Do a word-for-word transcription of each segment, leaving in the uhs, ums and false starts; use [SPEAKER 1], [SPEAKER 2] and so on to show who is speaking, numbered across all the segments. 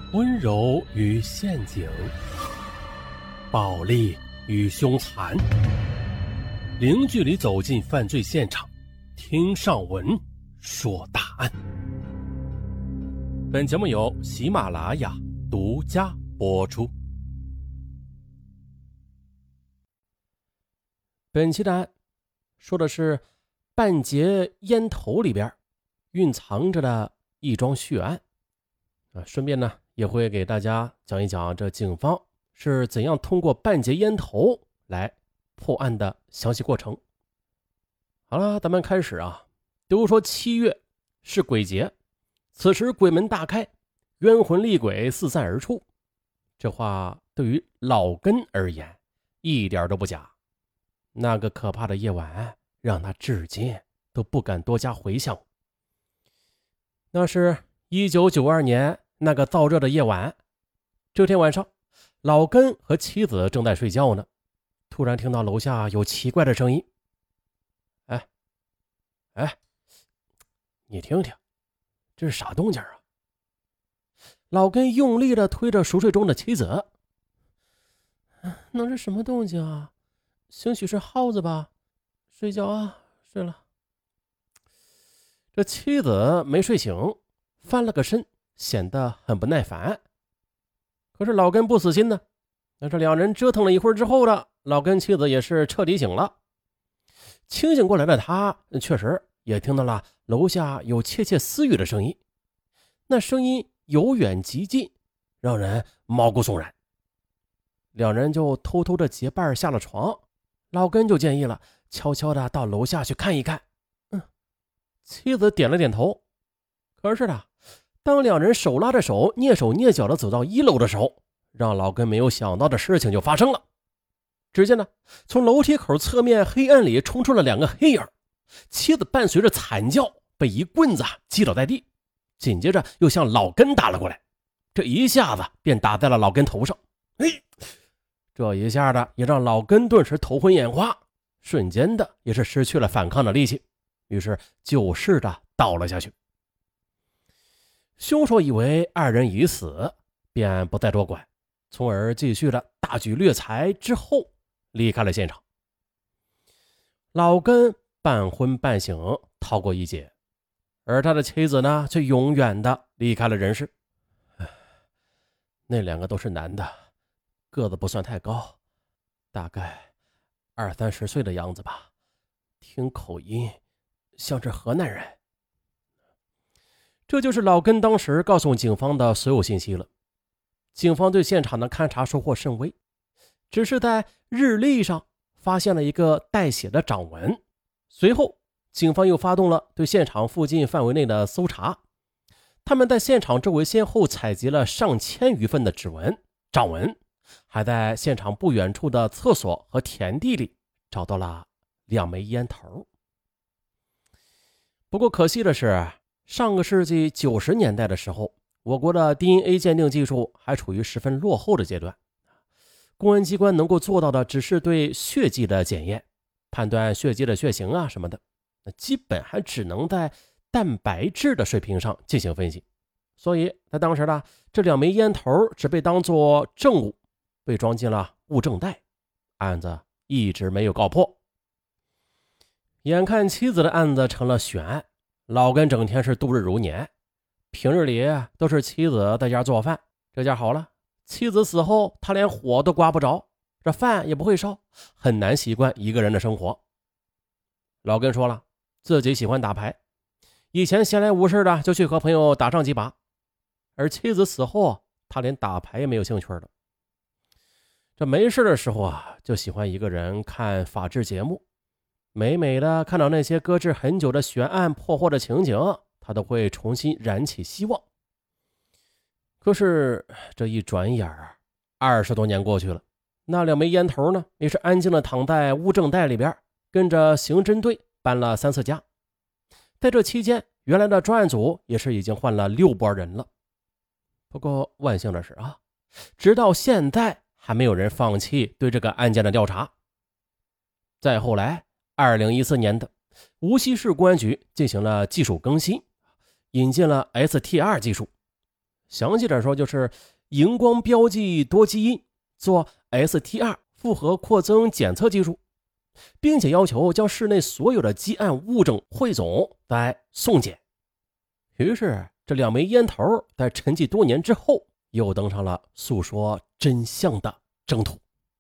[SPEAKER 1] 温柔与陷阱，暴力与凶残，零距离走进犯罪现场，听上文说大案。本节目由喜马拉雅独家播出。本期的案说的是半截烟头里边蕴藏着的一桩血案啊，顺便呢也会给大家讲一讲这警方是怎样通过半截烟头来破案的详细过程。好了，咱们开始啊。都说七月是鬼节，此时鬼门大开，冤魂厉鬼四散而出，这话对于老根而言一点都不假。那个可怕的夜晚让他至今都不敢多加回想。那是一九九二年那个燥热的夜晚，这天晚上老根和妻子正在睡觉呢，突然听到楼下有奇怪的声音。哎哎，你听听，这是啥动静啊？老根用力地推着熟睡中的妻子。能是什么动静啊？兴许是耗子吧。睡觉啊，睡了。这妻子没睡醒，翻了个身，显得很不耐烦。可是老根不死心呢，那这两人折腾了一会儿之后的，老根妻子也是彻底醒了。清醒过来的他确实也听到了楼下有窃窃私语的声音，那声音由远及近，让人毛骨悚然。两人就偷偷的结伴下了床，老根就建议了悄悄的到楼下去看一看。嗯，妻子点了点头。可是的，当两人手拉着手蹑手蹑脚的走到一楼的时候，让老根没有想到的事情就发生了。只见呢，从楼梯口侧面黑暗里冲出了两个黑影，妻子伴随着惨叫被一棍子击倒在地，紧接着又向老根打了过来，这一下子便打在了老根头上。嘿，这一下的也让老根顿时头昏眼花，瞬间的也是失去了反抗的力气，于是就势的倒了下去。凶手以为二人已死，便不再多管，从而继续了大举掠财之后离开了现场。老根半昏半醒逃过一劫，而他的妻子呢，却永远的离开了人世。那两个都是男的，个子不算太高，大概二三十岁的样子吧，听口音像是河南人。这就是老根当时告诉警方的所有信息了。警方对现场的勘查收获甚微，只是在日历上发现了一个带血的掌纹。随后警方又发动了对现场附近范围内的搜查，他们在现场周围先后采集了上千余份的指纹、掌纹，还在现场不远处的厕所和田地里找到了两枚烟头。不过可惜的是，上个世纪九十年代的时候，我国的 D N A 鉴定技术还处于十分落后的阶段，公安机关能够做到的只是对血迹的检验，判断血迹的血型啊什么的，基本还只能在蛋白质的水平上进行分析。所以在当时呢，这两枚烟头只被当作证物，被装进了物证袋，案子一直没有告破。眼看妻子的案子成了悬案，老根整天是度日如年，平日里都是妻子在家做饭，这下好了，妻子死后他连火都刮不着，这饭也不会烧，很难习惯一个人的生活。老根说了，自己喜欢打牌，以前闲来无事的就去和朋友打上几把，而妻子死后他连打牌也没有兴趣了。这没事的时候啊，就喜欢一个人看法制节目，每每的看到那些搁置很久的悬案破获的情景，他都会重新燃起希望。可是这一转眼儿，二十多年过去了，那两枚烟头呢，也是安静的躺在物证袋里边，跟着刑侦队搬了三四家。在这期间，原来的专案组也是已经换了六拨人了。不过万幸的是啊，直到现在还没有人放弃对这个案件的调查。再后来二零一四年的无锡市公安局进行了技术更新，引进了 S T R 技术， 详细点说就是荧光标记多基因做 S T R 复合扩增检测技术，并且要求将室内所有的基胺物证汇总再送检。于是这两枚烟头在沉寂多年之后又登上了诉说真相的征途。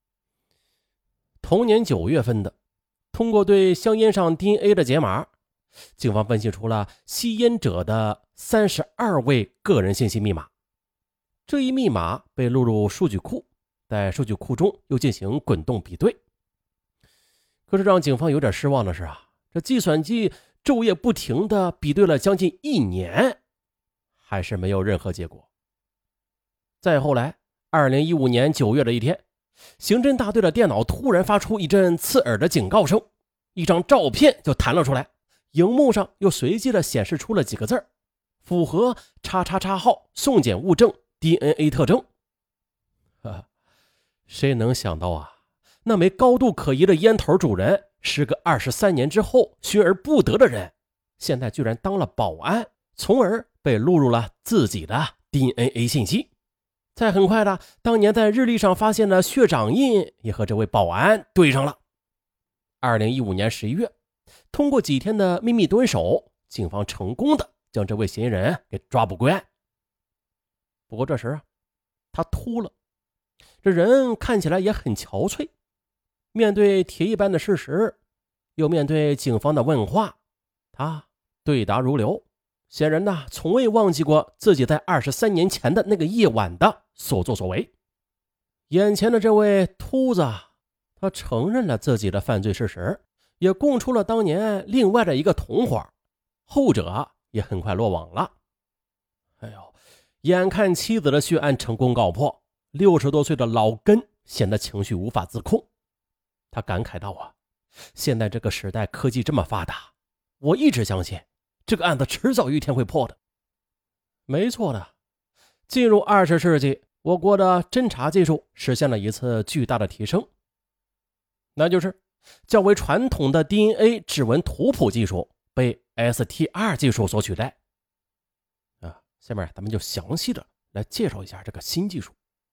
[SPEAKER 1] 同年九月份的，通过对香烟上 D N A 的解码，警方分析出了吸烟者的三十二位个人信息密码。这一密码被录入数据库，在数据库中又进行滚动比对。可是让警方有点失望的是啊，这计算机昼夜不停地比对了将近一年，还是没有任何结果。再后来二零一五年九月的一天，刑侦大队的电脑突然发出一阵刺耳的警告声，一张照片就弹了出来，荧幕上又随机的显示出了几个字儿：符合叉叉叉号送检物证 D N A 特征。啊，谁能想到啊，那枚高度可疑的烟头主人，时隔二十三年之后寻而不得的人，现在居然当了保安，从而被录入了自己的 D N A 信息。再很快的，当年在日历上发现的血掌印也和这位保安对上了。二零一五年十一月，通过几天的秘密蹲守，警方成功的将这位嫌疑人给抓捕归案。不过这时啊，他秃了，这人看起来也很憔悴。面对铁一般的事实，又面对警方的问话，他对答如流，显然呢，从未忘记过自己在二十三年前的那个夜晚的所作所为。眼前的这位秃子，他承认了自己的犯罪事实，也供出了当年另外的一个同伙，后者也很快落网了。哎呦，眼看妻子的血案成功告破，六十多岁的老根显得情绪无法自控。他感慨道啊，现在这个时代科技这么发达，我一直相信这个案子迟早有一天会破的。没错的，进入二十世纪，我国的侦查技术实现了一次巨大的提升，那就是较为传统的 D N A 指纹图谱技术被 S T R 技术所取代。啊，下面咱们就详细的来介绍一下这个新技术。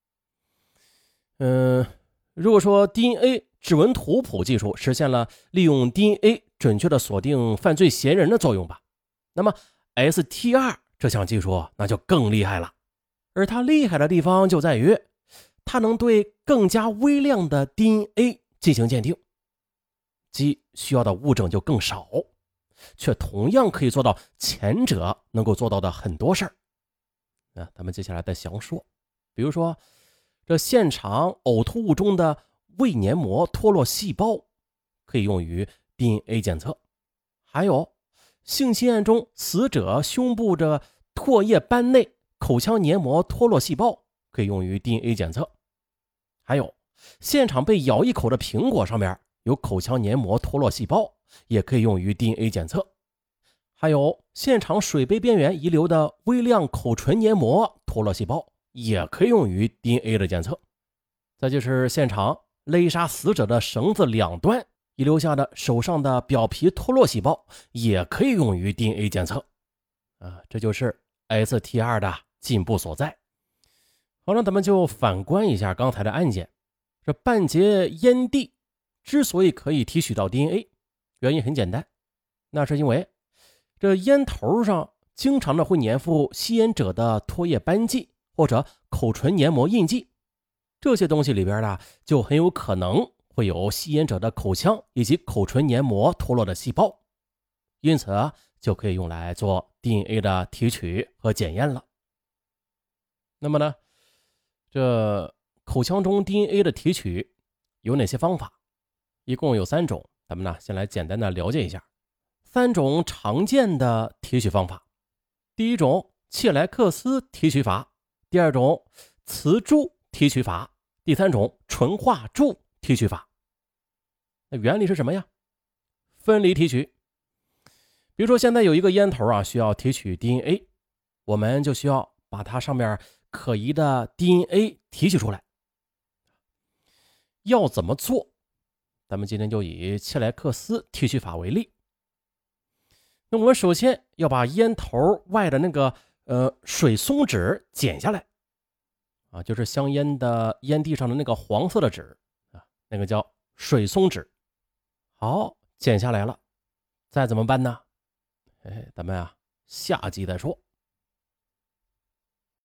[SPEAKER 1] 嗯，如果说 D N A 指纹图谱技术实现了利用 D N A 准确的锁定犯罪嫌疑人的作用吧，那么 S T R 这项技术那就更厉害了。而它厉害的地方就在于，它能对更加微量的 D N A 进行鉴定，即需要的物证就更少，却同样可以做到前者能够做到的很多事儿。那咱们接下来再详说，比如说这现场呕吐物中的胃黏膜脱落细胞可以用于 D N A 检测，还有性侵案中死者胸部的唾液斑内口腔黏膜脱落细胞可以用于 D N A 检测，还有现场被咬一口的苹果上面有口腔黏膜脱落细胞也可以用于 D N A 检测，还有现场水杯边缘遗留的微量口唇黏膜脱落细胞也可以用于 D N A 的检测。再就是现场勒杀死者的绳子两端遗留下的手上的表皮脱落细胞也可以用于 D N A 检测。啊，这就是 S T R 的进步所在。好了，咱们就反观一下刚才的案件。这半截烟蒂之所以可以提取到 D N A， 原因很简单，那是因为这烟头上经常的会粘附吸烟者的唾液斑迹或者口唇黏膜印记，这些东西里边呢，就很有可能会有吸烟者的口腔以及口唇黏膜脱落的细胞，因此啊，就可以用来做 D N A 的提取和检验了。那么呢，这口腔中 D N A 的提取有哪些方法？一共有三种，咱们呢先来简单的了解一下三种常见的提取方法。第一种切莱克斯提取法，第二种磁柱提取法，第三种纯化柱提取法。那原理是什么呀？分离提取。比如说现在有一个烟头啊，需要提取 D N A， 我们就需要把它上面可疑的 D N A 提取出来。要怎么做？咱们今天就以切莱克斯提取法为例。那我们首先要把烟头外的那个呃，水松纸剪下来啊，就是香烟的烟蒂上的那个黄色的纸啊，那个叫水松纸。好，剪下来了，再怎么办呢？哎，咱们啊，下集再说。